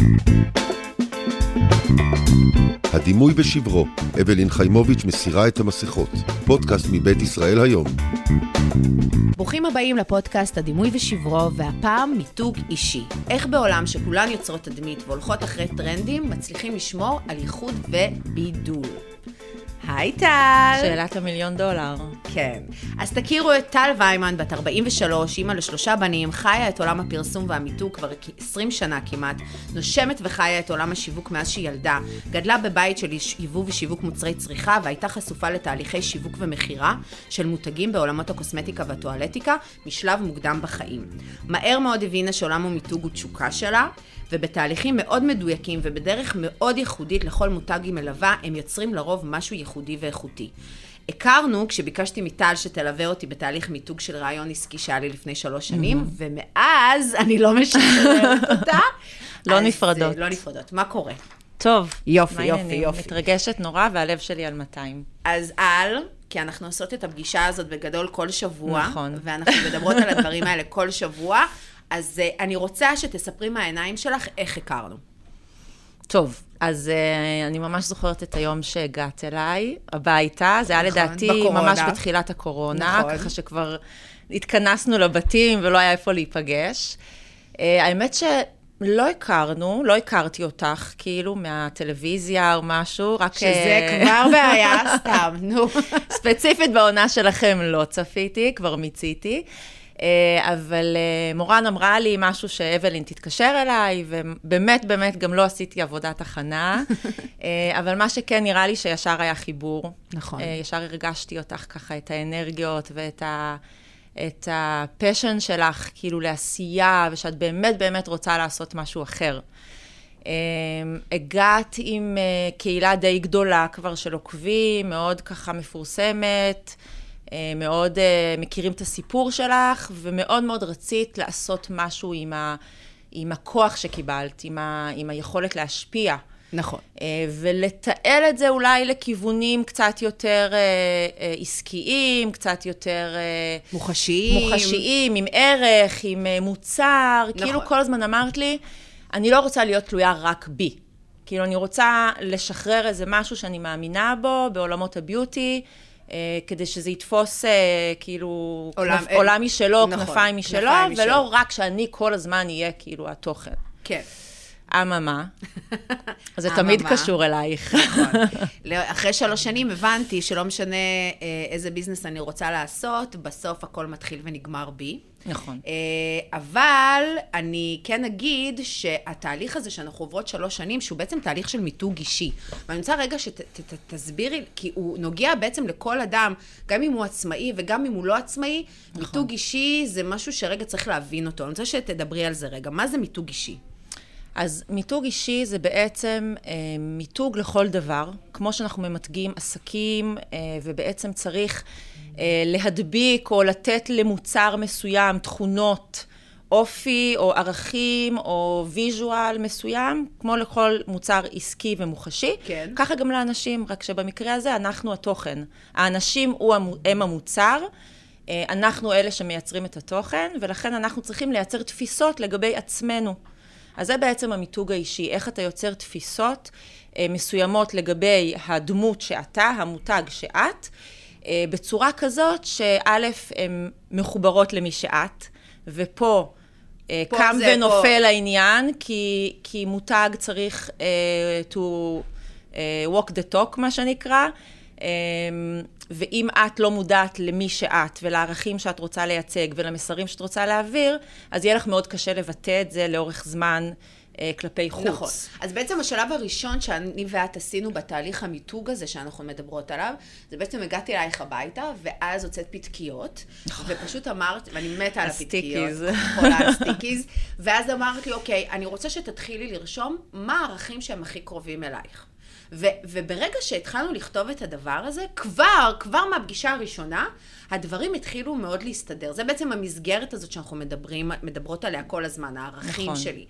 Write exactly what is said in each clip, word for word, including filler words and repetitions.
הדימוי ושברו, אבלין חיימוביץ' מסירה את המסכות. פודקאסט מבית ישראל היום. ברוכים הבאים לפודקאסט הדימוי ושברו, והפעם מיתוג אישי. איך בעולם שכולן יוצרות תדמית והולכות אחרי טרנדים, מצליחים לשמור על ייחוד ובידול. היי טל! שאלת המיליון דולר. כן. אז תכירו את טל ויימן, בת ארבעים ושלוש, אימא לשלושה בנים, חיה את עולם הפרסום והמיתוג כבר עשרים שנה כמעט, נושמת וחיה את עולם השיווק מאז שהיא ילדה, גדלה בבית של ייבוא ושיווק מוצרי צריכה, והייתה חשופה לתהליכי שיווק ומחירה של מותגים בעולמות הקוסמטיקה והטואלטיקה, משלב מוקדם בחיים. מהר מאוד הבינה שעולם המיתוג הוא תשוקה שלה, ובתהליכים מאוד מדויקים ובדרך מאוד ייחודית לכל מותג היא מלווה, הם יוצרים לרוב משהו ייחודי ואיכותי. הכרנו כשביקשתי מטל שתלווה אותי בתהליך מיתוג של רעיון עסקי שהיה לי לפני שלוש שנים, mm-hmm. ומאז אני לא משחררת אותה. לא נפרדות. לא נפרדות. מה קורה? טוב. יופי, יופי, יופי. מתרגשת נורא והלב שלי על מאתיים. אז על, כי אנחנו עושות את הפגישה הזאת בגדול כל שבוע, נכון. ואנחנו מדברות על הדברים האלה כל שבוע, אז uh, אני רוצה שתספרי מהעיניים שלך איך הכרנו. טוב, אז uh, אני ממש זוכרת את היום שהגעת אליי, הביתה, זה היה נכון, לדעתי בקורונה. ממש בתחילת הקורונה, נכון. ככה שכבר התכנסנו לבתים ולא היה איפה להיפגש. Uh, האמת שלא הכרנו, לא הכרתי אותך, כאילו מהטלוויזיה או משהו, רק... שזה כבר בעיה, סתם, נו. ספציפית בעונה שלכם לא צפיתי, כבר מיציתי. אבל מורן אמרה לי משהו שאבלין תתקשר אליי, ובאמת באמת גם לא עשיתי עבודת הכנה, אבל מה שכן נראה לי שישר היה חיבור. נכון. ישר הרגשתי אותך ככה, את האנרגיות ואת ה... את הפשן שלך, כאילו לעשייה, ושאת באמת באמת רוצה לעשות משהו אחר. הגעת עם קהילה די גדולה כבר של עוקבים, מאוד ככה מפורסמת, מאוד uh, מכירים את הסיפור שלך, ומאוד מאוד רצית לעשות משהו עם, ה, עם הכוח שקיבלת, עם, ה, עם היכולת להשפיע. נכון. Uh, ולתעל את זה אולי לכיוונים קצת יותר uh, uh, עסקיים, קצת יותר... Uh, מוחשיים. מוחשיים, עם ערך, עם uh, מוצר. נכון. כאילו כל הזמן אמרת לי, אני לא רוצה להיות תלויה רק בי. כאילו אני רוצה לשחרר איזה משהו שאני מאמינה בו, בעולמות הביוטי, כדי שזה יתפוס כאילו עולם, כנפ, עולם משלו, נכון, כנפיים משלו, כנפיים ולא משלו. רק שאני כל הזמן אהיה כאילו התוכן. כן. אממה. זה תמיד קשור אלייך. נכון. אחרי שלוש שנים הבנתי שלא משנה איזה ביזנס אני רוצה לעשות, בסוף הכל מתחיל ונגמר בי. נכון. אבל אני כן אגיד שהתהליך הזה שאנחנו עוברות שלוש שנים, שהוא בעצם תהליך של מיתוג אישי. ואני רוצה רגע שתסבירי, כי הוא נוגע בעצם לכל אדם, גם אם הוא עצמאי וגם אם הוא לא עצמאי, נכון. מיתוג אישי זה משהו שרגע צריך להבין אותו. אני רוצה שתדברי על זה רגע. מה זה מיתוג אישי? אז מיתוג אישי זה בעצם אה, מיתוג לכל דבר, כמו שאנחנו ממתגים עסקים, אה, ובעצם צריך אה, להדביק או לתת למוצר מסוים תכונות, אופי או ערכים או ויז'ואל מסוים, כמו לכל מוצר עסקי ומוחשי. כן. ככה גם לאנשים, רק שבמקרה הזה אנחנו התוכן. האנשים הוא, הם המוצר, אה, אנחנו אלה שמייצרים את התוכן, ולכן אנחנו צריכים לייצר תפיסות לגבי עצמנו. אז זה בעצם המיתוג האישי, איך אתה יוצר תפיסות אה, מסוימות לגבי הדמות שאתה, המותג שאת, אה, בצורה כזאת שא' הן מחוברות למי שאת, ופה אה, קם ונופל פה. העניין, כי, כי מותג צריך אה, to אה, walk the talk, מה שנקרא, אה, ואם את לא מודעת למי שאת ולערכים שאת רוצה לייצג ולמסרים שאת רוצה להעביר, אז יהיה לך מאוד קשה לבטא את זה לאורך זמן אה, כלפי חוץ. נכון. אז בעצם השלב הראשון שאני ואת עשינו בתהליך המיתוג הזה שאנחנו מדברות עליו, זה בעצם הגעתי אלייך הביתה, ואז הוצאת פתקיות, ופשוט אמרת, ואני מתה על הפתקיות, כל הסטיקיז, ואז אמרת לי, אוקיי, אני רוצה שתתחילי לרשום מה הערכים שהם הכי קרובים אלייך. ו- וברגע שהתחלנו לכתוב את הדבר הזה, כבר, כבר מהפגישה הראשונה, הדברים התחילו מאוד להסתדר. זה בעצם המסגרת הזאת שאנחנו מדברים, מדברות עליה כל הזמן, הערכים נכון. שלי.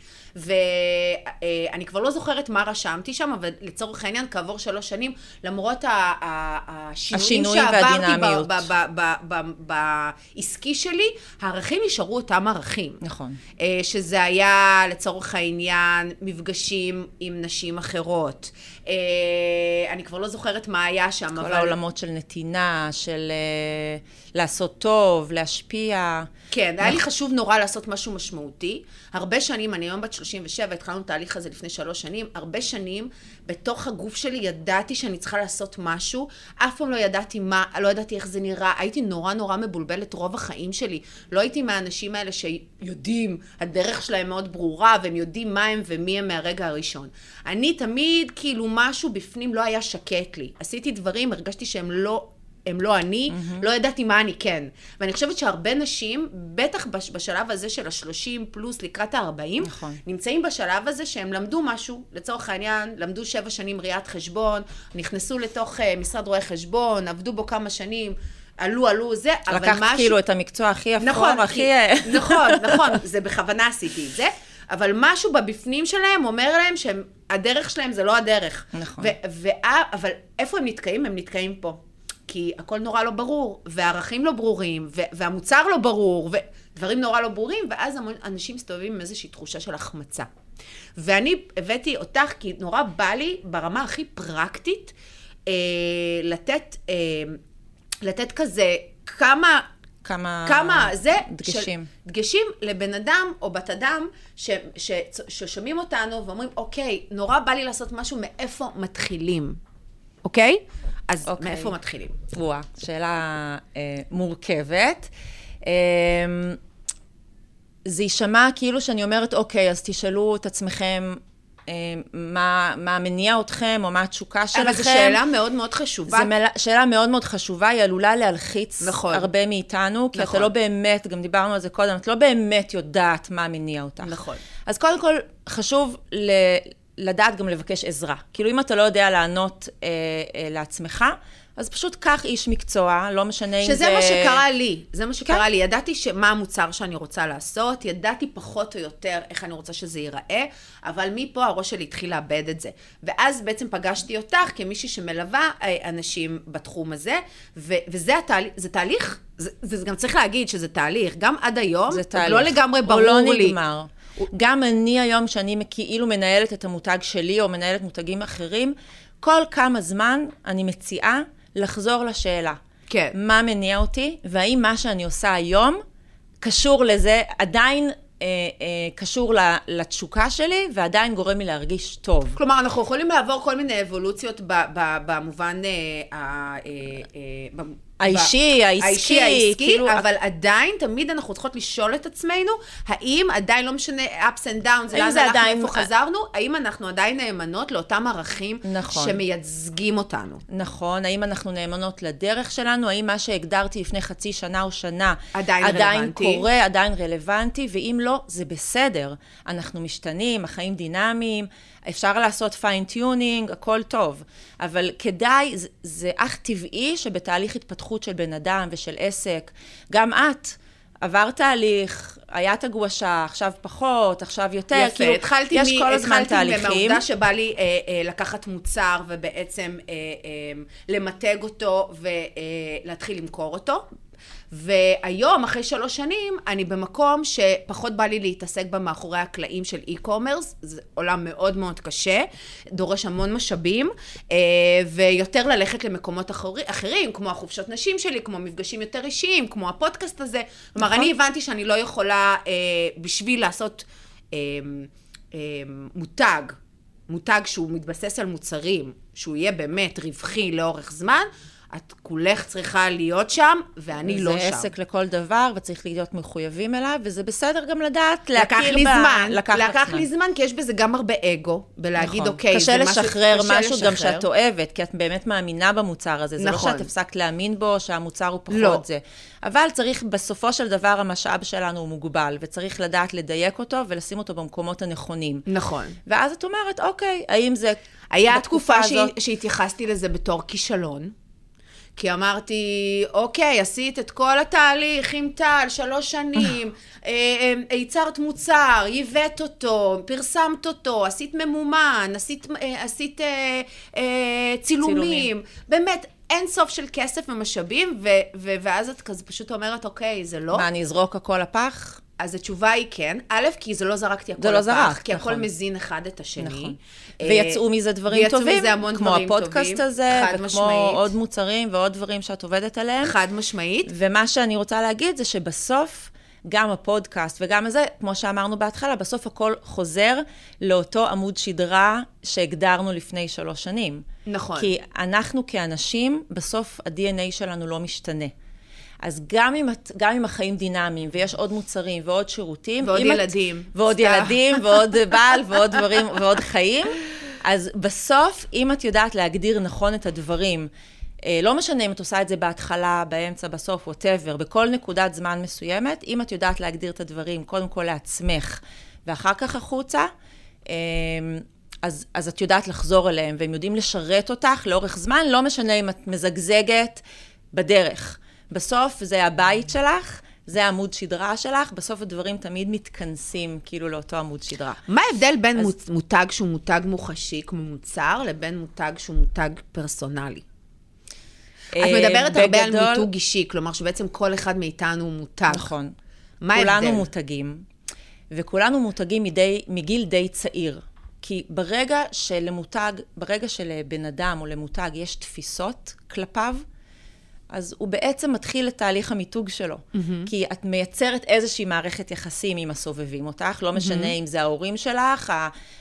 ואני כבר לא זוכרת מה רשמתי שם, אבל לצורך העניין, כעבור שלוש שנים, למרות ה- ה- השינויים שעברתי ב- ב- ב- ב- בעסקי שלי, הערכים נשארו אותם ערכים. נכון. שזה היה לצורך העניין מפגשים עם נשים אחרות. אני כבר לא זוכרת מה היה שם, כל אבל... העולמות של נתינה, של לעשות טוב, להשפיע. כן, היה לי חשוב נורא לעשות משהו משמעותי. הרבה שנים, אני היום בת שלושים ושבע, התחלנו תהליך הזה לפני שלוש שנים, הרבה שנים בתוך הגוף שלי ידעתי שאני צריכה לעשות משהו, אף פעם לא ידעתי מה, לא ידעתי איך זה נראה, הייתי נורא נורא מבולבלת רוב החיים שלי. לא הייתי מהאנשים האלה שיודעים, הדרך שלהם מאוד ברורה, והם יודעים מה הם ומי הם מהרגע הראשון. אני תמיד, כאילו משהו בפנים לא היה שקט לי. עשיתי דברים, הרגשתי שהם לא... הם לא אני, mm-hmm. לא ידעתי מה אני כן. ואני חושבת שהרבה נשים, בטח בשלב הזה של ה-שלושים פלוס לקראת ה-ארבעים, נכון. נמצאים בשלב הזה שהם למדו משהו, לצורך העניין, למדו שבע שנים ראיית חשבון, נכנסו לתוך uh, משרד רואי חשבון, עבדו בו כמה שנים, עלו, עלו, זה, אבל משהו... לקחת כאילו את המקצוע הכי אפור, נכון, הכי... נכון, נכון, זה בכוונה עשיתי את זה, אבל משהו בבפנים שלהם אומר להם שהדרך שלהם זה לא הדרך. נכון. ו- ו- אבל איפה הם נתקעים? הם נתקעים פה. כי הכל נורא לא ברור, והערכים לא ברורים, ו- והמוצר לא ברור, ודברים נורא לא ברורים, ואז אנשים מסתובבים עם איזושהי תחושה של החמצה. ואני הבאתי אותך, כי נורא בא לי ברמה הכי פרקטית, אה, לתת, אה, לתת כזה כמה... כמה, כמה זה דגשים. של, דגשים לבן אדם או בת אדם ש, ש, ששומעים אותנו ואומרים, אוקיי, נורא בא לי לעשות משהו, מאיפה מתחילים? אוקיי? אז okay. מאיפה מתחילים? וואה, שאלה אה, מורכבת. אה, זה יישמע כאילו שאני אומרת, אוקיי, אז תשאלו את עצמכם אה, מה, מה מניע אתכם, או מה התשוקה שלכם. אבל זו שאלה מאוד מאוד חשובה. זו מל... שאלה מאוד מאוד חשובה, היא עלולה להלחיץ נכון. הרבה מאיתנו, כי נכון. אתה לא באמת, גם דיברנו על זה קודם, את לא באמת יודעת מה מניע אותך. נכון. אז קודם כל, חשוב ל... לדעת גם לבקש עזרה. כאילו אם אתה לא יודע לענות אה, אה, לעצמך, אז פשוט קח איש מקצוע, לא משנה אם זה... שזה מה שקרה לי, זה מה שקרה כן? לי. ידעתי מה המוצר שאני רוצה לעשות, ידעתי פחות או יותר איך אני רוצה שזה ייראה, אבל מפה הראש שלי התחיל לאבד את זה. ואז בעצם פגשתי אותך כמישהי שמלווה אנשים בתחום הזה, ו- וזה התהליך, זה תהליך, זה, זה גם צריך להגיד שזה תהליך, גם עד היום, זה תהליך. לא לגמרי ברור לי. הוא לא נגמר. גם אני היום, שאני כאילו מנהלת את המותג שלי, או מנהלת מותגים אחרים, כל כמה זמן אני מציעה לחזור לשאלה. כן. מה מניע אותי, והאם מה שאני עושה היום, קשור לזה, עדיין אה, אה, קשור לתשוקה שלי, ועדיין גורם לי להרגיש טוב. כלומר, אנחנו יכולים לעבור כל מיני אבולוציות ב- ב- במובן אה, אה, אה, האישי, העסקי, האישי, העסקי, כאילו... אבל עדיין, תמיד אנחנו צריכות לשאול את עצמנו, האם עדיין, לא משנה ups and downs, לאן אנחנו עדיין... איפה חזרנו, האם אנחנו עדיין נאמנות לאותם ערכים נכון. שמייצגים אותנו. נכון, האם אנחנו נאמנות לדרך שלנו, האם מה שהגדרתי לפני חצי שנה או שנה, עדיין, עדיין רלוונטי. קורה, עדיין רלוונטי, ואם לא, זה בסדר. אנחנו משתנים, החיים דינמיים, אפשר לעשות פיין-טיונינג, הכל טוב. אבל כדאי, זה, זה אך טבעי שבתהליך התפתחות של בן אדם ושל עסק, גם את עברת תהליך, היה תגושה, עכשיו פחות, עכשיו יותר, יפה, כאילו, התחלתי יש מ, כל הזמן תהליכים. התחלתי מהעובדה שבא לי אה, אה, לקחת מוצר ובעצם אה, אה, למתג אותו ולהתחיל אה, למכור אותו. והיום, אחרי שלוש שנים, אני במקום שפחות בא לי להתעסק במאחורי הקלעים של e-commerce, זה עולם מאוד מאוד קשה, דורש המון משאבים, ויותר ללכת למקומות אחרים, כמו החופשות נשים שלי, כמו מפגשים יותר אישיים, כמו הפודקאסט הזה. כלומר, אני הבנתי שאני לא יכולה, בשביל לעשות מותג, מותג שהוא מתבסס על מוצרים, שהוא יהיה באמת רווחי לאורך זמן, את כולך צריכה להיות שם, ואני לא שם. זה עסק לכל דבר, וצריך להיות מחויבים אליו, וזה בסדר גם לדעת, להכיר ב... לקח לי זמן, לקח לי זמן, כי יש בזה גם הרבה אגו, בלהגיד, אוקיי, קשה לשחרר משהו גם שאת אוהבת, כי את באמת מאמינה במוצר הזה, זה לא שאת הפסקת להאמין בו, שהמוצר הוא פחות זה. אבל צריך, בסופו של דבר, המשאב שלנו הוא מוגבל, וצריך לדעת לדייק אותו, ולשים אותו במקומות הנכונים. נכון. ואז את אומרת, אוקיי, האם זה... היה תקופה שהתייחסתי לזה בתור כישלון, כי אמרתי, אוקיי, עשית את כל התהליך עם טל, שלוש שנים, ייצרת מוצר, ייבאת אותו, פרסמת אותו, עשית ממומן, עשית, עשית אה, אה, צילומים. צילומים. באמת, אין סוף של כסף ומשאבים, ו- ו- ואז את כזה פשוט אומרת, אוקיי, זה לא. מה, אני אזרוק הכל לפח? אז התשובה היא כן. א', כי זה לא זרקתי הכל לא לפח, זרק, כי נכון. הכל מזין אחד את השני. נכון. ויצאו מזה דברים טובים, מזה המון כמו דברים הפודקאסט טובים, הזה, חד וכמו משמעית. עוד מוצרים ועוד דברים שאת עובדת עליהם. חד משמעית. ומה שאני רוצה להגיד זה שבסוף, גם הפודקאסט וגם הזה, כמו שאמרנו בהתחלה, בסוף הכל חוזר לאותו עמוד שדרה שהגדרנו לפני שלוש שנים. נכון. כי אנחנו כאנשים, בסוף ה-די אן איי שלנו לא משתנה. אז גם אם, גם אם החיים דינמיים, ויש עוד מוצרים ועוד שירותים, ועוד ילדים. את, ועוד ילדים, ועוד בעל, ועוד דברים, ועוד חיים, אז בסוף, אם את יודעת להגדיר נכון את הדברים, לא משנה אם את עושה את זה בהתחלה, באמצע, בסוף, whatever, בכל נקודת זמן מסוימת, אם את יודעת להגדיר את הדברים, קודם כל לעצמך, ואחר כך החוצה, אז, אז את יודעת לחזור אליהם, והם יודעים לשרת אותך לאורך זמן, לא משנה אם את מזגזגת בדרך. בסוף זה הבית שלך, זה עמוד שדרה שלך, בסוף הדברים תמיד מתכנסים כאילו לאותו עמוד שדרה. מה ההבדל בין אז... מותג שהוא מותג מוחשי כמו מוצר, לבין מותג שהוא מותג פרסונלי? את מדברת בגדול... הרבה על מיתוג אישי, כלומר שבעצם כל אחד מאיתנו הוא מותג. נכון. מה כולנו ההבדל? מותגים, וכולנו מותגים מדי, מגיל די צעיר. כי ברגע שלמותג, ברגע שלבן אדם או למותג יש תפיסות כלפיו, אז הוא בעצם מתחיל את תהליך המיתוג שלו. Mm-hmm. כי את מייצרת איזושהי מערכת יחסים עם הסובבים אותך, לא משנה mm-hmm. אם זה ההורים שלך,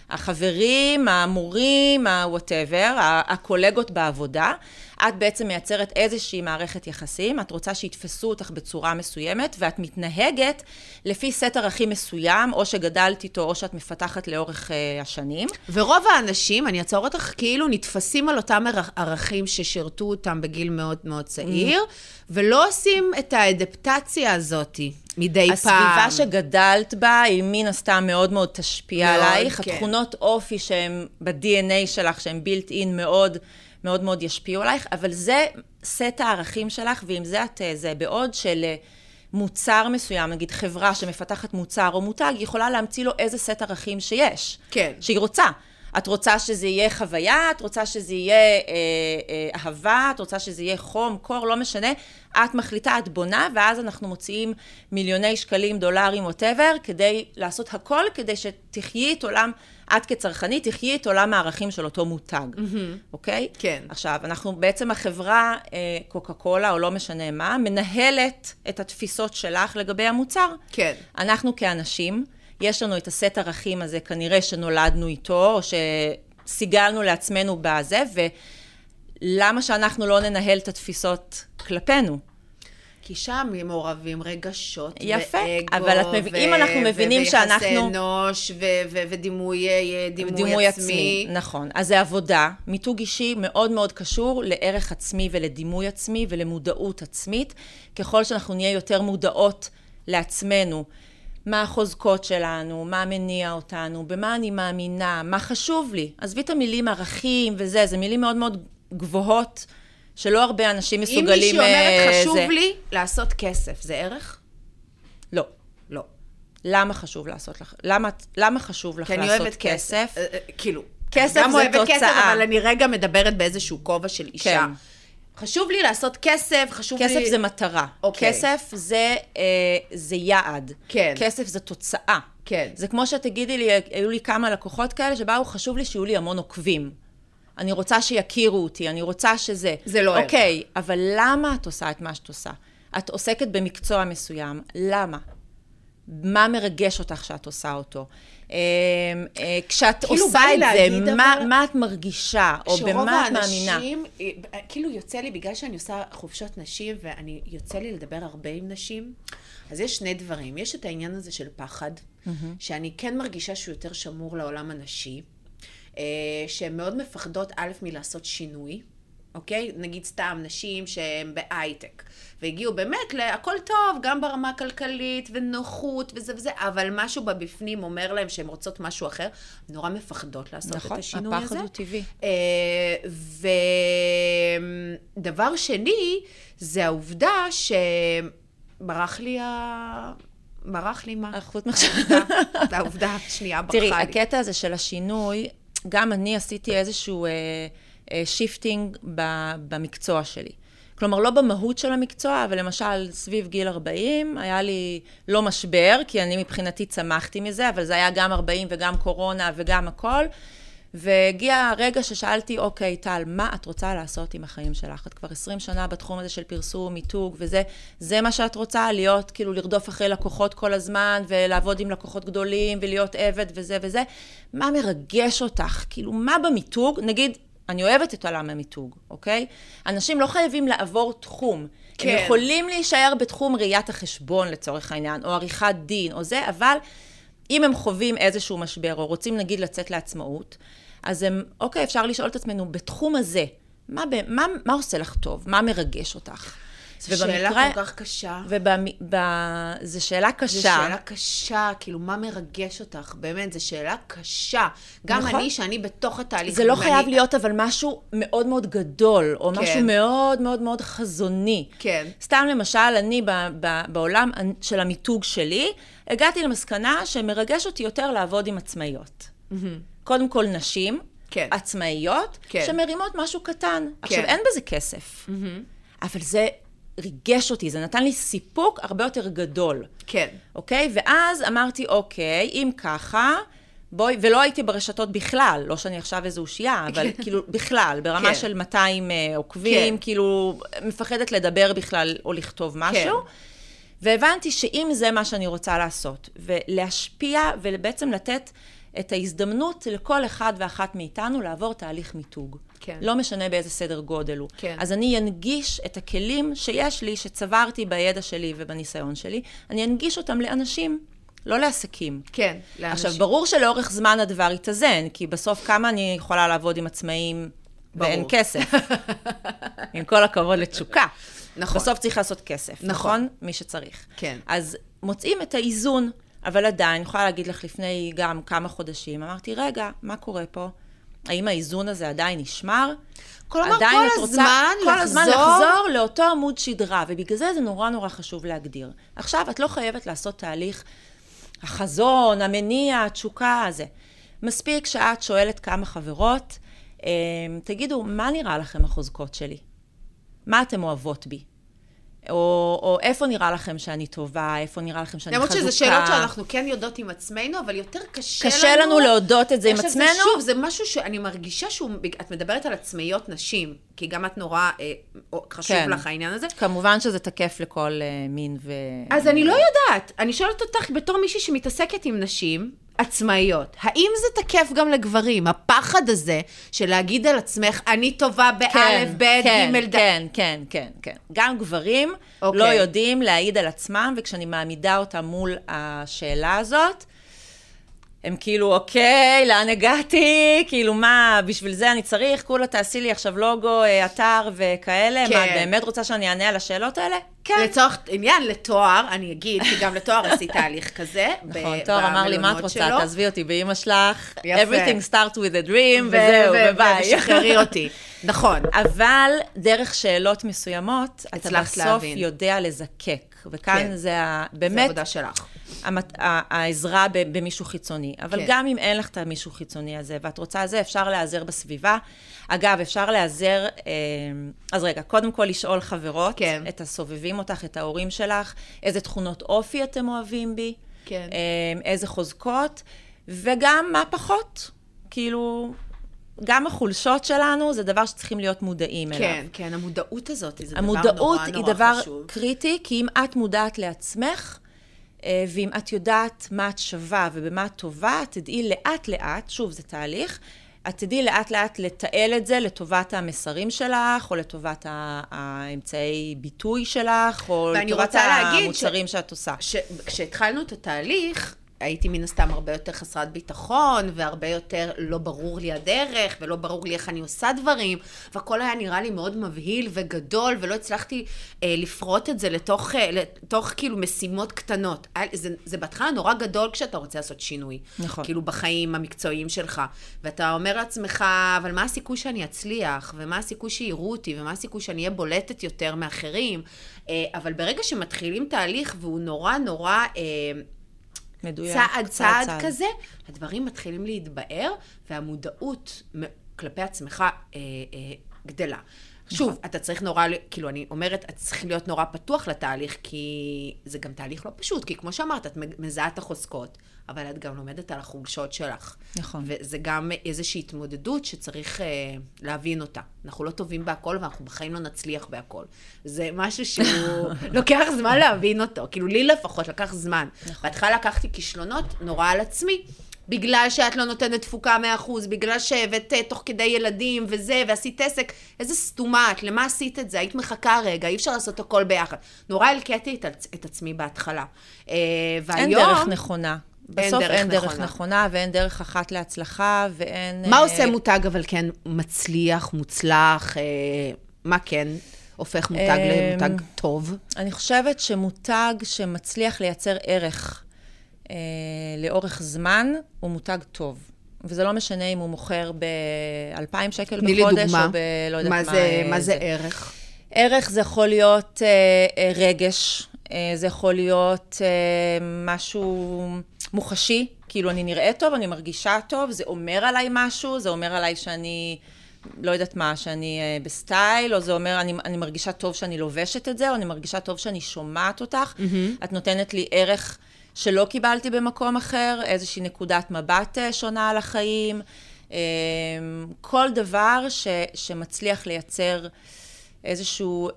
החברים, המורים, ה-whatever, הקולגות בעבודה. את בעצם מייצרת איזושהי מערכת יחסים, את רוצה שיתפסו אותך בצורה מסוימת, ואת מתנהגת לפי סט ערכים מסוים, או שגדלת איתו, או שאת מפתחת לאורך uh, השנים. ורוב האנשים, אני אעצור אותך, כאילו נתפסים על אותם ערכים ששירתו אותם בגיל מאוד מאוד צעיר, mm. ולא עושים את האדפטציה הזאת מדי הסביבה פעם. הסביבה שגדלת בה, היא מן הסתם מאוד מאוד תשפיע מאוד, עלייך. כן. התכונות אופי שהן ב-די אן איי שלך, שהן built in מאוד, מאוד מאוד ישפיעו עלייך, אבל זה סט הערכים שלך, ועם זה את, זה בעוד של מוצר מסוים, נגיד חברה שמפתחת מוצר או מותג, יכולה להמציא לו איזה סט ערכים שיש. כן. שהיא רוצה. את רוצה שזה יהיה חוויה, את רוצה שזה יהיה אה, אה, אהבה, את רוצה שזה יהיה חום, קור, לא משנה. את מחליטה, את בונה, ואז אנחנו מוציאים מיליוני שקלים, דולרים, whatever, כדי לעשות הכל, כדי שתחיי את עולם, את כצרכנית, תחיי את עולם הערכים של אותו מותג. Mm-hmm. אוקיי? כן. עכשיו, אנחנו בעצם החברה, אה, קוקה קולה, או לא משנה מה, מנהלת את התפיסות שלך לגבי המוצר. כן. אנחנו כאנשים, יש לנו את הסט ערכים הזה, כנראה שנולדנו איתו, או שסיגלנו לעצמנו בזה, ולמה שאנחנו לא ננהל את התפיסות כלפינו? כי שם מעורבים רגשות יפה, ואגו, אבל את מב... ו- אם אנחנו מבינים ויחסי שאנחנו... ויחסי אנוש ו- ו- ודימוי דימוי, דימוי עצמי. עצמי. נכון, אז זה עבודה. מיתוג אישי מאוד מאוד קשור לערך עצמי ולדימוי עצמי ולמודעות עצמית. ככל שאנחנו נהיה יותר מודעות לעצמנו, מה החוזקות שלנו, מה מניע אותנו, במה אני מאמינה, מה חשוב לי. עזבי את המילים ערכים וזה, זה מילים מאוד מאוד גבוהות, שלא הרבה אנשים מסוגלים... אם מישהו אומרת, חשוב זה... לי לעשות כסף, זה ערך? לא. לא. למה חשוב לעשות לך? למה, למה חשוב לך לעשות כסף? כסף? כאילו, כסף זה תוצאה. גם אוהבת כסף, אבל אני רגע מדברת באיזשהו כובע של אישה. כן. חשוב לי לעשות כסף, חשוב כסף לי... כסף זה מטרה. אוקיי. כסף זה, אה, זה יעד. כן. כסף זה תוצאה. כן. זה כמו שתגידי לי, היו לי כמה לקוחות כאלה שבאו, חשוב לי שיהיו לי המון עוקבים. אני רוצה שיכירו אותי, אני רוצה שזה... זה לא ערך. אוקיי, אבל למה את עושה את מה שאת עושה? את עוסקת במקצוע מסוים, למה? מה מרגש אותך שאת עושה אותו? כשאת עושה את זה, מה את מרגישה, או במה את מאמינה? כאילו יוצא לי, בגלל שאני עושה חופשות נשים, ואני יוצא לי לדבר הרבה עם נשים, אז יש שני דברים. יש את העניין הזה של פחד, שאני כן מרגישה שהוא יותר שמור לעולם הנשי, שהן מאוד מפחדות א' מלעשות שינוי, אוקיי? נגיד סתם נשים שהן בהייטק, והגיעו באמת להכל טוב, גם ברמה הכלכלית ונוחות וזה וזה, אבל משהו בבפנים אומר להם שהן רוצות משהו אחר, נורא מפחדות לעשות נכון, את השינוי הזה. הפחד הוא טבעי. ודבר שני, זה העובדה שברח לי ה... ברח לי מה? החוט מחשב. זה העובדה השנייה ברחה לי. תראי, הקטע הזה של השינוי, גם אני עשיתי איזשהו שיפטינג במקצוע שלי. כלומר, לא במהות של המקצוע, אבל למשל, סביב גיל ארבעים, היה לי לא משבר, כי אני מבחינתי צמחתי מזה, אבל זה היה גם ארבעים וגם קורונה וגם הכל. והגיע הרגע ששאלתי, אוקיי, טל, מה את רוצה לעשות עם החיים שלך? את כבר עשרים שנה בתחום הזה של פרסום, מיתוג וזה, זה מה שאת רוצה? להיות, כאילו, לרדוף אחרי לקוחות כל הזמן, ולעבוד עם לקוחות גדולים, ולהיות עבד וזה וזה. מה מרגש אותך? כאילו, מה במיתוג? נגיד, אני אוהבת את עולם המיתוג, אוקיי? אנשים לא חייבים לעבור תחום. כן. הם יכולים להישאר בתחום ראיית החשבון לצורך העניין, או עריכת דין, או זה, אבל אם הם חווים איזשהו משבר, או רוצים נגיד לצאת לעצמאות, אז הם, אוקיי, אפשר לשאול את עצמנו, בתחום הזה, מה, מה, מה עושה לך טוב? מה מרגש אותך? זו שאלה כל כך קשה. זו שאלה קשה. זו שאלה קשה, כאילו, מה מרגש אותך? באמת, זו שאלה קשה. גם אני, שאני בתוך התהליך. זה לא חייב להיות, אבל משהו מאוד מאוד גדול, או משהו מאוד מאוד מאוד חזוני. כן. סתם למשל, אני בעולם של המיתוג שלי, הגעתי למסקנה שמרגש אותי יותר לעבוד עם עצמאיות. קודם כל נשים, עצמאיות, שמרימות משהו קטן. עכשיו, אין בזה כסף. אבל זה ריגש אותי, זה נתן לי סיפוק הרבה יותר גדול. כן. אוקיי? ואז אמרתי, אוקיי, אם ככה, בואי, ולא הייתי ברשתות בכלל, לא שאני עכשיו איזו אושייה, אבל כאילו בכלל, ברמה של מאתיים עוקבים, כאילו מפחדת לדבר בכלל או לכתוב משהו. והבנתי שאם זה מה שאני רוצה לעשות, ולהשפיע ובעצם לתת את ההזדמנות לכל אחד ואחת מאיתנו לעבור תהליך מיתוג. כן. לא משנה באיזה סדר גודל הוא. כן. אז אני אנגיש את הכלים שיש לי, שצברתי בידע שלי ובניסיון שלי, אני אנגיש אותם לאנשים, לא לעסקים. כן, לאנשים. עכשיו, ברור שלאורך זמן הדבר יתאזן, כי בסוף כמה אני יכולה לעבוד עם עצמאים ברור. ואין כסף. עם כל הכבוד לתשוקה. נכון. בסוף צריך לעשות כסף, נכון? נכון? מי שצריך. כן. אז מוצאים את האיזון, אבל עדיין, אני יכולה להגיד לך לפני גם כמה חודשים, אמרתי, רגע, מה קורה פה? האם האיזון הזה עדיין נשמר? כלומר, כל הזמן כל הזמן לחזור לאותו עמוד שדרה, ובגלל זה זה נורא נורא חשוב להגדיר. עכשיו, את לא חייבת לעשות תהליך החזון, המניע, התשוקה הזה. מספיק שאת שואלת כמה חברות, תגידו, מה נראה לכם החוזקות שלי? מה אתם אוהבות בי? או, או איפה נראה לכם שאני טובה, איפה נראה לכם שאני חזוקה. למרות שזה שאלות שאנחנו כן יודעות עם עצמנו, אבל יותר קשה, קשה לנו. קשה לנו להודות את זה עם עצמנו. זה שוב, זה משהו שאני מרגישה שהוא, את מדברת על עצמאיות נשים, כי גם את נורא אה, חשוב כן. לך העניין הזה. כמובן שזה תקף לכל אה, מין ו... אז אני לא יודעת, אני שואלת אותך בתור מישהי שמתעסקת עם נשים, עצמאיות. האם זה תקף גם לגברים? הפחד הזה של להגיד על עצמך, אני טובה באלף, ב', ג', ד'. כן, כן, כן, כן. גם גברים לא יודעים להעיד על עצמם, וכשאני מעמידה אותם מול השאלה הזאת, הם כאילו, אוקיי, לאן הגעתי? כאילו, מה, בשביל זה אני צריך? כולה תעשי לי עכשיו לוגו, אתר וכאלה. מה, את באמת רוצה שאני אענה על השאלות האלה? כן. לצורך עניין, לתואר, אני אגיד, כי גם לתואר עשית תהליך כזה. נכון, תואר אמר לי, מה את רוצה? תעזבי אותי באמא שלך. Everything starts with a dream, וזהו, וביי. ושחררי אותי. נכון. אבל דרך שאלות מסוימות, אתה בסוף יודע לזקק. וכאן זה באמת... זה עבודה שלך. העזרה במישהו חיצוני. אבל גם אם אין לך את המישהו חיצוני הזה, ואת רוצה זה, אפשר להיעזר בסביבה. אגב, אפשר להיעזר, אז רגע, קודם כל לשאול חברות, את הסובבים אותך, את ההורים שלך, איזה תכונות אופי אתם אוהבים בי, איזה חוזקות, וגם מה פחות. כאילו, גם החולשות שלנו, זה דבר שצריכים להיות מודעים אליו. כן, כן, המודעות הזאת, זה דבר נורא נורא חשוב. המודעות היא דבר קריטי, כי אם את מודעת לעצמך, ואם את יודעת מה את שווה ובמה את טובה, את תדעי לאט לאט, שוב זה תהליך, את תדעי לאט לאט לתעל את זה לטובת המסרים שלך, או לטובת האמצעי ביטוי שלך, או לטובת המוצרים שאת עושה. כשהתחלנו את התהליך, הייתי מן הסתם הרבה יותר חסרת ביטחון, והרבה יותר לא ברור לי הדרך, ולא ברור לי איך אני עושה דברים, והכל היה נראה לי מאוד מבהיל וגדול, ולא הצלחתי אה, לפרוט את זה לתוך, אה, לתוך כאילו משימות קטנות. זה, זה בהתחלה נורא גדול כשאתה רוצה לעשות שינוי. נכון. כאילו בחיים המקצועיים שלך. ואתה אומר לעצמך, אבל מה הסיכוי שאני אצליח, ומה הסיכוי שיראו אותי, ומה הסיכוי שאני אהיה בולטת יותר מאחרים. אה, אבל ברגע שמתחילים תהליך, והוא נורא נורא... אה, מדויק, צעד, צעד, צעד כזה, הדברים מתחילים להתבאר, והמודעות כלפי עצמך אה, אה, גדלה. שוב, אתה צריך נורא, כאילו אני אומרת, אתה צריך להיות נורא פתוח לתהליך, כי זה גם תהליך לא פשוט, כי כמו שאמרת, את מזהה את החוזקות, אבל את גם לומדת על החולשות שלך. נכון. וזה גם איזושהי התמודדות שצריך אה, להבין אותה. אנחנו לא טובים בהכל, ואנחנו בחיים לא נצליח בהכל. זה משהו שהוא לוקח זמן להבין אותו. כאילו לי לפחות לקח זמן. נכון. בהתחלה לקחתי כישלונות נורא על עצמי, בגלל שאת לא נותנת תפוקה מאה אחוז, בגלל שהבאת תוך כדי ילדים וזה, ועשית עסק, איזה סתומה את, למה עשית את זה? היית מחכה רגע, אי אפשר לעשות הכל ביחד. נורא הלקטתי את, את עצמי בהתחלה. והיום... אין דרך נכונה. בסוף אין דרך, אין דרך נכונה. נכונה, ואין דרך אחת להצלחה, ואין... מה עושה מותג אבל כן מצליח, מוצלח, מה כן הופך מותג למותג טוב? אני חושבת שמותג שמצליח לייצר ערך, לאורך זמן, הוא מותג טוב. וזה לא משנה אם הוא מוכר ב-אלפיים שקל בחודש, או ב... לא יודעת מה... זה, מה זה ערך? ערך זה יכול להיות אה, רגש, אה, זה יכול להיות אה, משהו מוחשי, כאילו אני נראה טוב, אני מרגישה טוב, זה אומר עליי משהו, זה אומר עליי שאני... לא יודעת מה, שאני uh, בסטייל, או זה אומר, אני, אני מרגישה טוב שאני לובשת את זה, או אני מרגישה טוב שאני שומעת אותך. Mm-hmm. את נותנת לי ערך שלא קיבלתי במקום אחר, איזושהי נקודת מבט שונה על החיים. Um, כל דבר ש, שמצליח לייצר איזשהו um,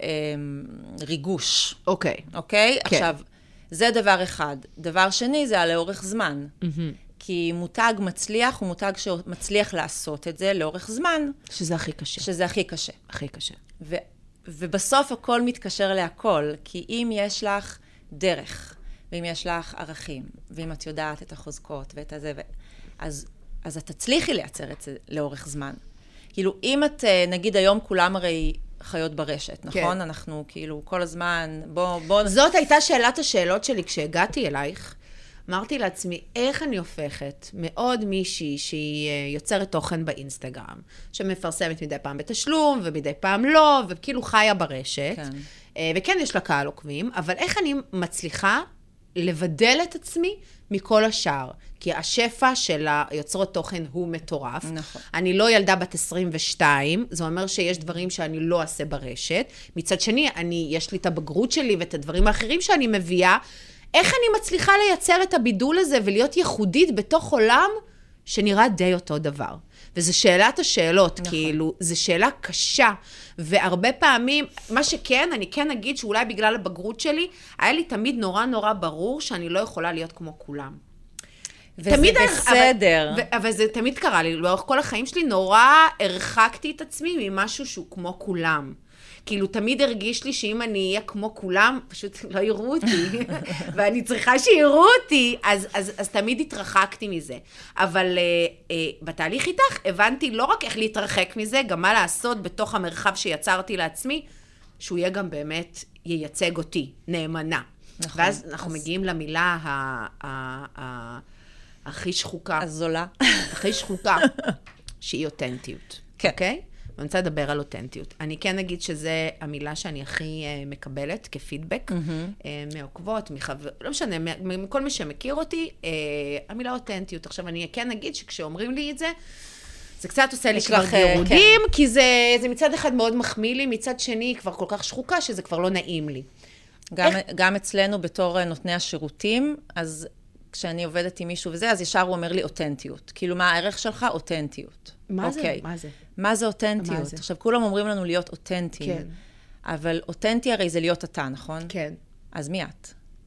ריגוש. אוקיי. Okay. אוקיי? Okay? כן. עכשיו, זה דבר אחד. דבר שני, זה על לאורך זמן. Mm-hmm. כי מותג מצליח, הוא מותג שמצליח לעשות את זה לאורך זמן. שזה הכי קשה. שזה הכי קשה. הכי קשה. ו- ובסוף הכל מתקשר להכל, כי אם יש לך דרך, ואם יש לך ערכים, ואם את יודעת את החוזקות ואת הזה, ו- אז, אז את תצליחי לייצר את זה לאורך זמן. כאילו, אם את, נגיד היום כולם הרי חיות ברשת, נכון? כן. אנחנו כאילו כל הזמן, בוא, בוא... זאת הייתה שאלת השאלות שלי כשהגעתי אלייך. אמרתי לעצמי, איך אני הופכת מאוד מישהי שהיא יוצרת תוכן באינסטגרם, שמפרסמת מדי פעם בתשלום, ומדי פעם לא, וכאילו חיה ברשת, כן. וכן יש לה קהל עוקבים, אבל איך אני מצליחה לבדל את עצמי מכל השאר? כי השפע של היוצרות תוכן הוא מטורף. נכון. אני לא ילדה בת עשרים ושתיים, זה אומר שיש דברים שאני לא אעשה ברשת. מצד שני, אני, יש לי את הבגרות שלי ואת הדברים האחרים שאני מביאה, איך אני מצליחה לייצר את הבידול הזה ולהיות ייחודית בתוך עולם שנראה די אותו דבר? וזו שאלת השאלות, נכון. כאילו, זו שאלה קשה, והרבה פעמים, מה שכן, אני כן אגיד שאולי בגלל הבגרות שלי, היה לי תמיד נורא נורא ברור שאני לא יכולה להיות כמו כולם. וזה בסדר. אבל, אבל זה תמיד קרה לי, לאורך כל החיים שלי נורא הרחקתי את עצמי ממשהו שהוא כמו כולם. כאילו, תמיד הרגיש לי שאם אני אהיה כמו כולם, פשוט לא יראו אותי, ואני צריכה שיראו אותי, אז, אז, אז תמיד התרחקתי מזה. אבל אה, אה, בתהליך איתך, הבנתי לא רק איך להתרחק מזה, גם מה לעשות בתוך המרחב שיצרתי לעצמי, שהוא יהיה גם באמת ייצג אותי, נאמנה. נכון. ואז אנחנו אז... מגיעים למילה ה, ה, ה, ה, הכי שחוקה. הזולה. הכי שחוקה, שהיא אותנטיות. כן. אוקיי? אני רוצה לדבר על אותנטיות. אני כן אגיד שזה המילה שאני הכי uh, מקבלת כפידבק, mm-hmm. uh, מעוקבות, מחבר... לא משנה, מכל מי שמכיר אותי, uh, המילה אותנטיות. עכשיו, אני כן אגיד שכשאומרים לי את זה, זה קצת עושה לי כבר גירודים, כן. כי זה, זה מצד אחד מאוד מחמיא לי, מצד שני כבר כל כך שחוקה, שזה כבר לא נעים לי. גם, איך... גם אצלנו בתור נותני השירותים, אז כשאני עובדת עם מישהו וזה, אז ישר הוא אומר לי אותנטיות. כאילו, מה הערך שלך? אותנטיות. מה okay. זה? מה זה? מה זה אותנטיות? מה זה? עכשיו, כולם אומרים לנו להיות אותנטיים. כן. אבל אותנטי הרי זה להיות אתה, נכון? כן. אז מי את?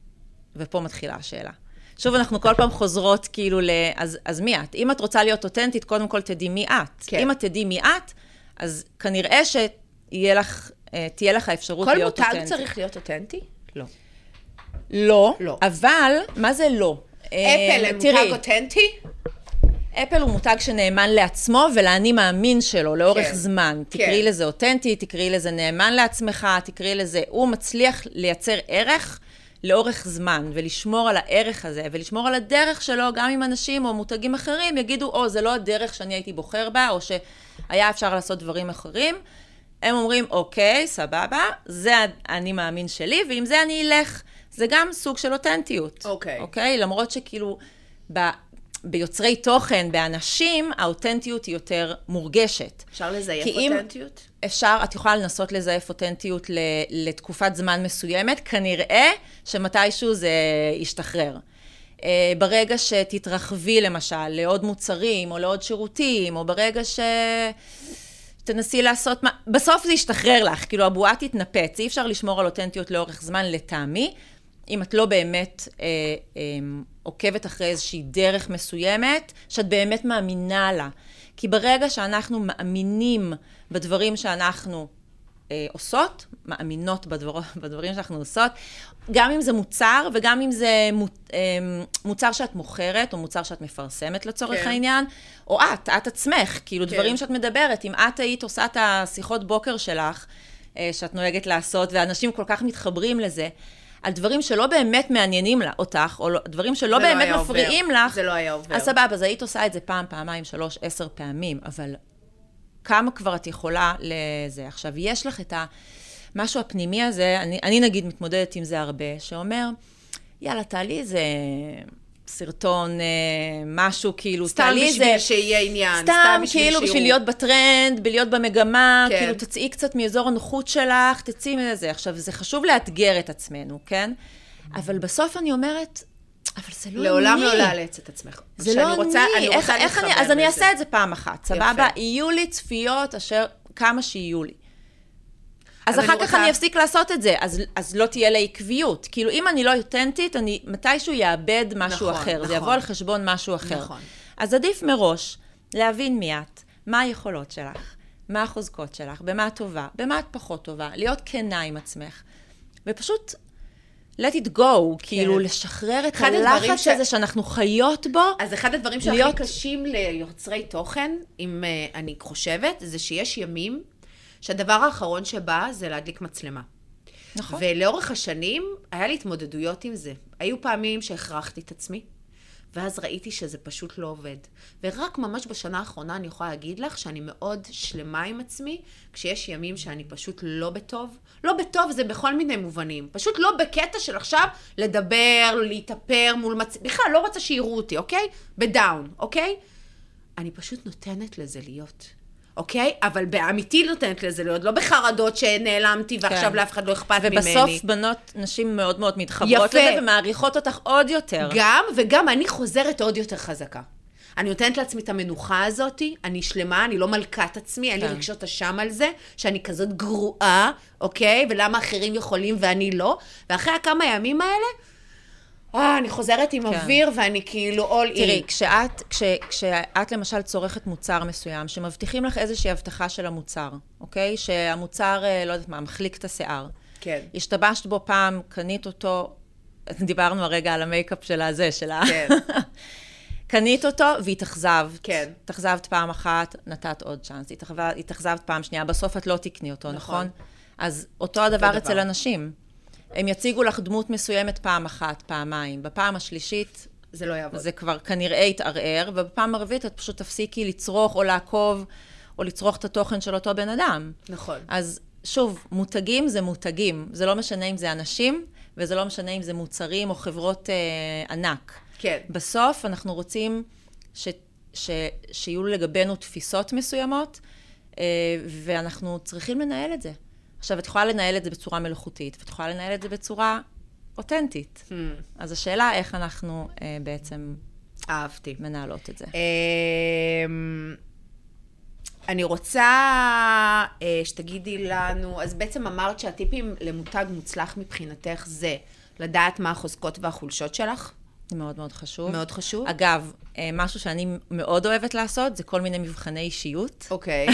ופה מתחילה השאלה. שוב, אנחנו כל פעם חוזרות כאילו ל... אז, אז מי את? אם את רוצה להיות אותנטית, קודם כל תדעי מי את. כן. אם את תדעי מי את, אז כנראה שתהיה לך, תהיה לך האפשרות להיות אותנטית. כל מותג צריך להיות אותנטי? לא. לא, לא. אבל, מה זה לא? אפל הם מותג אותנטי? אפל הוא מותג שנאמן לעצמו ולאני מאמין שלו לאורך כן, זמן. כן. תקראי לזה אותנטי, תקראי לזה נאמן לעצמך, תקראי לזה, הוא מצליח לייצר ערך לאורך זמן, ולשמור על הערך הזה, ולשמור על הדרך שלו, גם אם אנשים או מותגים אחרים יגידו, או, זה לא הדרך שאני הייתי בוחר בה, או שהיה אפשר לעשות דברים אחרים. הם אומרים, אוקיי, סבבה, זה אני מאמין שלי, ועם זה אני אלך. זה גם סוג של אותנטיות. אוקיי. אוקיי? למרות שכאילו, ב... ביוצרי תוכן, באנשים, האותנטיות היא יותר מורגשת. אפשר לזייף אותנטיות? אפשר, את יכולה לנסות לזייף אותנטיות לתקופת זמן מסוימת, כנראה שמתישהו זה ישתחרר. ברגע שתתרחבי למשל לעוד מוצרים או לעוד שירותים, או ברגע שתנסי לעשות מה, בסוף זה ישתחרר לך, כאילו הבועה תתנפץ, אי אפשר לשמור על אותנטיות לאורך זמן לטעמי, אם את לא באמת אה, אה, עוקבת אחרי איזושהי דרך מסוימת, שאת באמת מאמינה לה. כי ברגע שאנחנו מאמינים בדברים שאנחנו אה, עושות, מאמינות בדבר, בדברים שאנחנו עושות, גם אם זה מוצר וגם אם זה אה, מוצר שאת מוכרת, או מוצר שאת מפרסמת לצורך כן. העניין, או את, את עצמך, כאילו כן. דברים שאת מדברת, אם את היית עושה את השיחות בוקר שלך, אה, שאת נוהגת לעשות, ואנשים כל כך מתחברים לזה, על דברים שלא באמת מעניינים אותך, או דברים שלא באמת לא מפריעים עובר. לך, זה לא היה עובר. אז סבבה, אז היית עושה את זה פעם, פעמיים, שלוש, עשר פעמים, אבל כמה כבר את יכולה לזה? עכשיו, יש לך את המשהו הפנימי הזה, אני, אני נגיד מתמודדת עם זה הרבה, שאומר, יאללה, תעלי איזה סרטון, משהו, כאילו, תעלי איזה... סתם בשביל שיהיה עניין. סתם, סתם בשביל כאילו, שיראו. בשביל להיות בטרנד, בלהיות במגמה, כן. כאילו, תצאי קצת מאזור הנוחות שלך, תצאי מזה. עכשיו, זה חשוב לאתגר את עצמנו, כן? אבל בסוף אני אומרת, אבל זה לא לעולם אני. לא לאלץ את עצמך. זה לא רוצה, אני. אני רוצה איך, איך אני, אז בזה. אני אעשה את זה פעם אחת, סבבה? יפה. יהיו לי צפיות אשר, כמה שיהיו לי. אז אחר כך רוצה... אני אפסיק לעשות את זה, אז, אז לא תהיה לה עקביות. כאילו, אם אני לא אותנטית, אני מתישהו יאבד משהו נכון, אחר. נכון. זה יבוא על חשבון משהו אחר. נכון. אז עדיף מראש להבין מי את, מה היכולות שלך, מה החוזקות שלך, במה את טובה, במה את פחות טובה, להיות כנה עם עצמך. ופשוט let it go, כאילו לשחרר את הלחץ ש... הזה שאנחנו חיות בו. אז אחד הדברים שהכי להיות... קשים ליוצרי תוכן, אם uh, אני חושבת, זה שיש ימים שהדבר האחרון שבא זה להדליק מצלמה. נכון. ולאורך השנים היה לי התמודדויות עם זה. היו פעמים שהכרחתי את עצמי, ואז ראיתי שזה פשוט לא עובד. ורק ממש בשנה האחרונה אני יכולה להגיד לך שאני מאוד שלמה עם עצמי, כשיש ימים שאני פשוט לא בטוב. לא בטוב זה בכל מיני מובנים. פשוט לא בקטע של עכשיו לדבר, להתאפר מול מצ... בכלל לא רוצה שיראו אותי, אוקיי? בדאון, אוקיי? אני פשוט נותנת לזה להיות. אוקיי? אבל באמיתי נותנת לזה להיות, לא בחרדות שנעלמתי ועכשיו כן. לאף אחד לא אכפת ממני. ובסוף בנות, נשים מאוד מאוד מתחברות יפה. לזה ומעריכות אותך עוד יותר. גם, וגם אני חוזרת עוד יותר חזקה. אני נותנת לעצמי את המנוחה הזאת, אני שלמה, אני לא מלכת עצמי, אין לי רגשות אשם על זה, שאני כזאת גרועה, אוקיי? ולמה אחרים יכולים ואני לא. ואחרי כמה ימים האלה, אה, אני חוזרת עם כן. אוויר ואני כאילו all in. תראי, כשאת, כש, כשאת למשל צורכת מוצר מסוים, שמבטיחים לך איזושהי הבטחה של המוצר, אוקיי? שהמוצר, לא יודעת מה, מחליק את השיער. כן. השתבשת בו פעם, קנית אותו, דיברנו הרגע על המייקאפ של הזה, של ה... כן. קנית אותו והתאכזבת. כן. התאכזבת פעם אחת, נתת עוד צ'אנס. התאכזבת פעם שנייה, בסוף את לא תקני אותו, נכון? נכון? אז אותו הדבר אותו אצל דבר. אנשים. הם יציגו לך דמות מסוימת פעם אחת, פעמיים. בפעם השלישית, זה לא יעבוד. זה כבר כנראה יתערער, ובפעם הרביעית את פשוט תפסיקי לצרוך או לעקוב, או לצרוך את התוכן של אותו בן אדם. נכון. אז שוב, מותגים זה מותגים. זה לא משנה אם זה אנשים, וזה לא משנה אם זה מוצרים או חברות אה, ענק. כן. בסוף אנחנו רוצים ש, ש, שיהיו לגבינו תפיסות מסוימות, אה, ואנחנו צריכים לנהל את זה. עכשיו, את יכולה לנהל את זה בצורה מלאכותית, ואת יכולה לנהל את זה בצורה אותנטית. Hmm. אז השאלה איך אנחנו אה, בעצם אהבתי. מנהלות את זה. אה, אני רוצה אה, שתגידי לנו, אז בעצם אמרת שהטיפים למותג מוצלח מבחינתך זה לדעת מה החוזקות והחולשות שלך? מאוד מאוד חשוב. מאוד חשוב. אגב, משהו שאני מאוד אוהבת לעשות, זה כל מיני מבחני אישיות. אוקיי.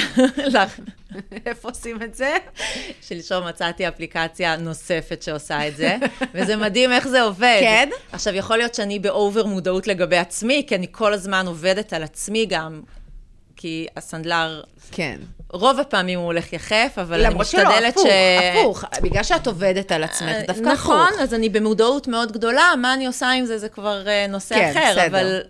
איפה עושים את זה? שלשום מצאתי אפליקציה נוספת שעושה את זה, וזה מדהים איך זה עובד. כן? עכשיו, יכול להיות שאני באובר מודעות לגבי עצמי, כי אני כל הזמן עובדת על עצמי גם, כי הסנדלר... כן. רוב הפעמים הוא הולך יחף, אבל אני משתדלת ש... למרות שלא, הפוך, הפוך. בגלל שאת עובדת על עצמך, דווקא הפוך. נכון, אז אני במודעות מאוד גדולה, מה אני עושה עם זה, זה כבר נושא אחר. כן, בסדר. אבל...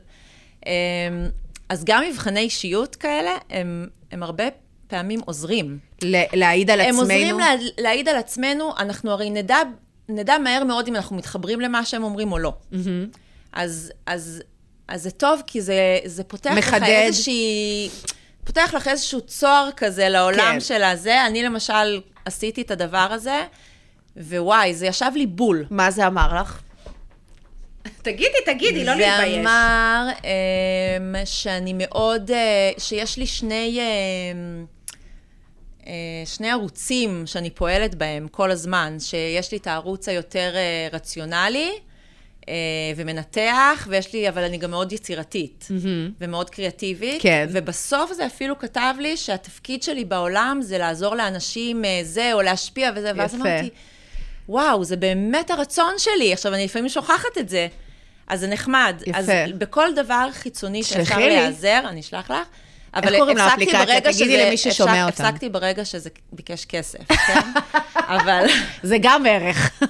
אז גם מבחני אישיות כאלה, הם, הם הרבה פעמים עוזרים. להעיד על עצמנו? הם עוזרים לה, להעיד על עצמנו, אנחנו הרי נדע, נדע מהר מאוד אם אנחנו מתחברים למה שהם אומרים או לא. Mm-hmm. אז, אז, אז זה טוב, כי זה, זה פותח מחדד. לך איזושהי... פותח לך איזשהו צוהר כזה לעולם כן. של הזה. אני למשל עשיתי את הדבר הזה, ווואי, זה ישב לי בול. מה זה אמר לך? תגידי, תגידי, לא להתבייש. זה אמר um, שאני מאוד, uh, שיש לי שני, uh, uh, שני ערוצים שאני פועלת בהם כל הזמן, שיש לי את הערוץ היותר uh, רציונלי, uh, ומנתח, ויש לי, אבל אני גם מאוד יצירתית, mm-hmm. ומאוד קריאטיבית, כן. ובסוף זה אפילו כתב לי שהתפקיד שלי בעולם זה לעזור לאנשים uh, זה, או להשפיע וזה, ואז אמרתי, וואו, זה באמת הרצון שלי. עכשיו, אני לפעמים שוכחת את זה. אז זה נחמד. יפה. אז בכל דבר חיצוני שאפשר להיעזר, אני אשלח לך. איך קוראים לאפליקציה? תגידי למי ששומע אותם. הפסקתי ברגע שזה ביקש כסף, כן? אבל... זה גם ערך.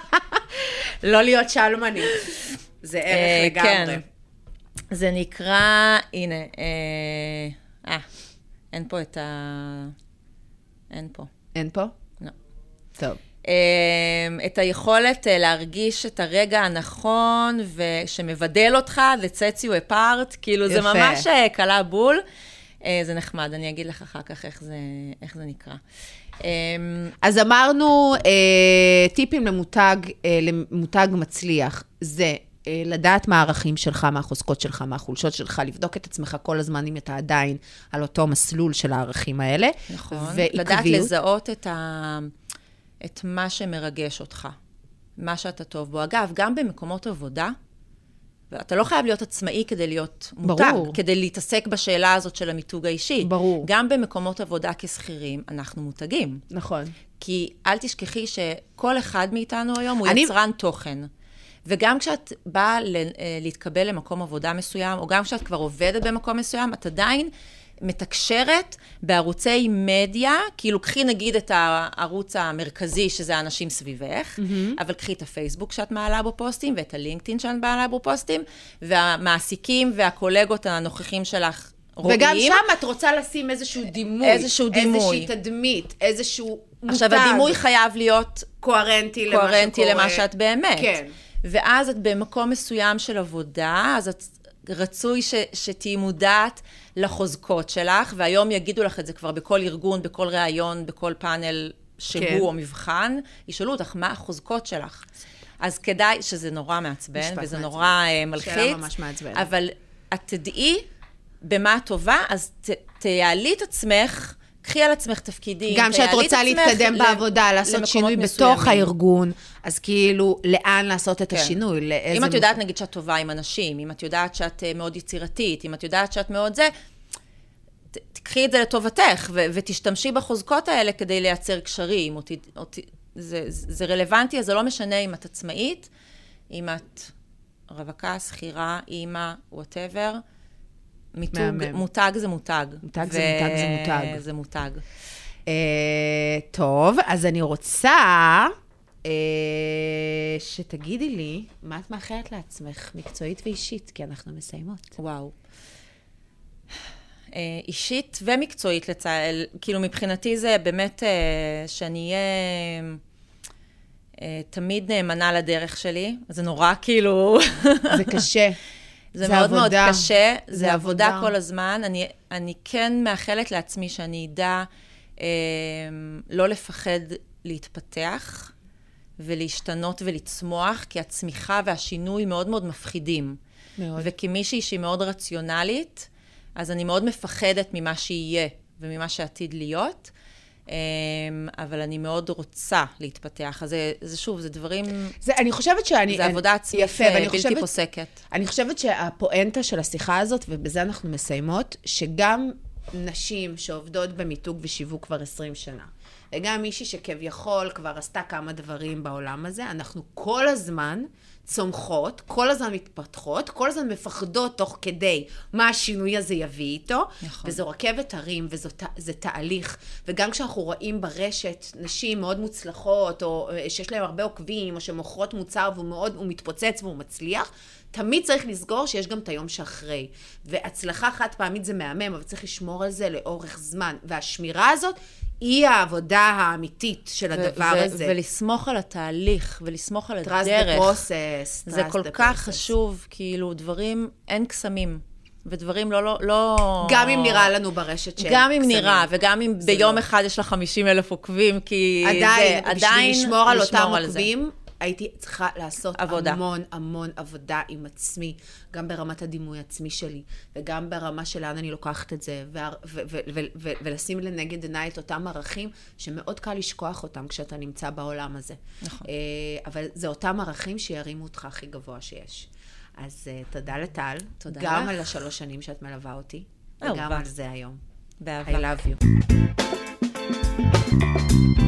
לא להיות שלמני. זה ערך לגמרי. זה נקרא, הנה, אה, אין פה את ה... אין פה. אין פה? לא. טוב. את היכולת להרגיש את הרגע הנכון ושמבדל אותך, let's set you apart, כאילו זה ממש קלה בול. זה נחמד, אני אגיד לך אחר כך איך זה, איך זה נקרא. אז אמרנו, טיפים למותג, למותג מצליח, זה לדעת מה הערכים שלך, מה החוזקות שלך, מה החולשות שלך, לבדוק את עצמך כל הזמן אם אתה עדיין על אותו מסלול של הערכים האלה. נכון, לדעת לזהות את ה... את מה שמרגש אותך, מה שאתה טוב בו. אגב, גם במקומות עבודה, אתה לא חייב להיות עצמאי כדי להיות מותג, ברור. כדי להתעסק בשאלה הזאת של המיתוג האישי. ברור. גם במקומות עבודה כסחירים, אנחנו מותגים. נכון. כי אל תשכחי שכל אחד מאיתנו היום הוא אני... יצרן תוכן. וגם כשאת באה להתקבל למקום עבודה מסוים, או גם כשאת כבר עובדת במקום מסוים, את עדיין... מתקשרת בערוצי מדיה, כאילו קחי נגיד את הערוץ המרכזי, שזה האנשים סביבך, mm-hmm. אבל קחי את הפייסבוק שאת מעלה בו פוסטים, ואת הלינקדאין שאת מעלה בו פוסטים, והמעסיקים והקולגות הנוכחים שלך רואים. וגם שם את רוצה לשים איזשהו דימוי. איזשהו דימוי. איזושהי תדמית, איזשהו מותג. עכשיו, הדימוי חייב להיות קוהרנטי, קוהרנטי למה שאת באמת. כן. ואז את במקום מסוים של עבודה, אז את... רצוי ש, שתהי מודעת לחוזקות שלך, והיום יגידו לך את זה כבר בכל ארגון, בכל ראיון, בכל פאנל שהוא כן. או מבחן, ישאלו אותך מה החוזקות שלך. אז כדאי שזה נורא מעצבן, וזה מעצבן. נורא uh, מלחיץ. שאלה ממש מעצבן. אבל את תדעי במה טובה, אז ת, תיעלי את עצמך, קחי על עצמך תפקידים. גם שאת רוצה להתקדם בעבודה, לעשות שינוי בתוך הארגון, אז כאילו, לאן לעשות את השינוי? אם את יודעת, נגיד, שאת טובה עם אנשים, אם את יודעת שאת מאוד יצירתית, אם את יודעת שאת מאוד זה, תקחי את זה לטובתך, ותשתמשי בחוזקות האלה כדי לייצר קשרים. זה רלוונטי, אז זה לא משנה אם את עצמאית, אם את רווקה, שכירה, אימא, whatever, מיתוג, מותג זה מותג. מותג זה מותג זה מותג. זה מותג. טוב, אז אני רוצה שתגידי לי, מה את מאחלת לעצמך, מקצועית ואישית, כי אנחנו מסיימות. וואו. אישית ומקצועית לצעל, כאילו מבחינתי זה באמת שאני אהיה תמיד נאמנה לדרך שלי, זה נורא כאילו... זה קשה. זה, זה מאוד עבודה. מאוד קשה, זה, זה עבודה, עבודה כל הזמן. אני, אני כן מאחלת לעצמי שאני אדע אה, לא לפחד להתפתח ולהשתנות ולצמוח, כי הצמיחה והשינוי מאוד מאוד מפחידים. מאוד. וכמישהי שהיא מאוד רציונלית, אז אני מאוד מפחדת ממה שיהיה וממה שעתיד להיות. אבל אני מאוד רוצה להתפתח. אז זה, זה שוב, זה דברים... זה, אני חושבת שאני... זה עבודה עצמית בלתי חושבת, פוסקת. אני חושבת שהפואנטה של השיחה הזאת, ובזה אנחנו מסיימות, שגם נשים שעובדות במיתוג ושיווק כבר עשרים שנה, וגם מישהי שכביכול כבר עשתה כמה דברים בעולם הזה, אנחנו כל הזמן צומחות, כל הזמן מתפתחות, כל הזמן מפחדות תוך כדי מה השינוי הזה יביא איתו, נכון. וזו רכבת הרים, וזה תהליך, וגם כשאנחנו רואים ברשת נשים מאוד מוצלחות, או שיש להם הרבה עוקבים, או שמוכרות מוצר והוא מאוד, הוא מתפוצץ והוא מצליח, תמיד צריך לסגור שיש גם את היום שאחרי. והצלחה חד פעמית זה מהמם, אבל צריך לשמור על זה לאורך זמן. והשמירה הזאת היא העבודה האמיתית של הדבר הזה. ולסמוך על התהליך, ולסמוך על הדרך. Trust the process. זה כל כך חשוב, כאילו, דברים, אין קסמים. ודברים לא, לא, לא... גם אם נראה לנו ברשת של גם אם נראה, וגם אם ביום אחד יש לה חמישים אלף עוקבים, כי עדיין, בשביל לשמור על אותם עוקבים, הייתי צריכה לעשות עבודה. המון המון עבודה עם עצמי, גם ברמת הדימוי עצמי שלי, וגם ברמה של לאן אני לוקחת את זה, ו- ו- ו- ו- ו- ולשים לנגד עיניי את אותם ערכים, שמאוד קל לשכוח אותם כשאתה נמצא בעולם הזה. נכון. אבל זה אותם ערכים שירימו אותך הכי גבוה שיש. אז תודה לטל. תודה גם לך. על השלוש שנים שאת מלווה אותי, וגם על זה היום. באהבה. I love you.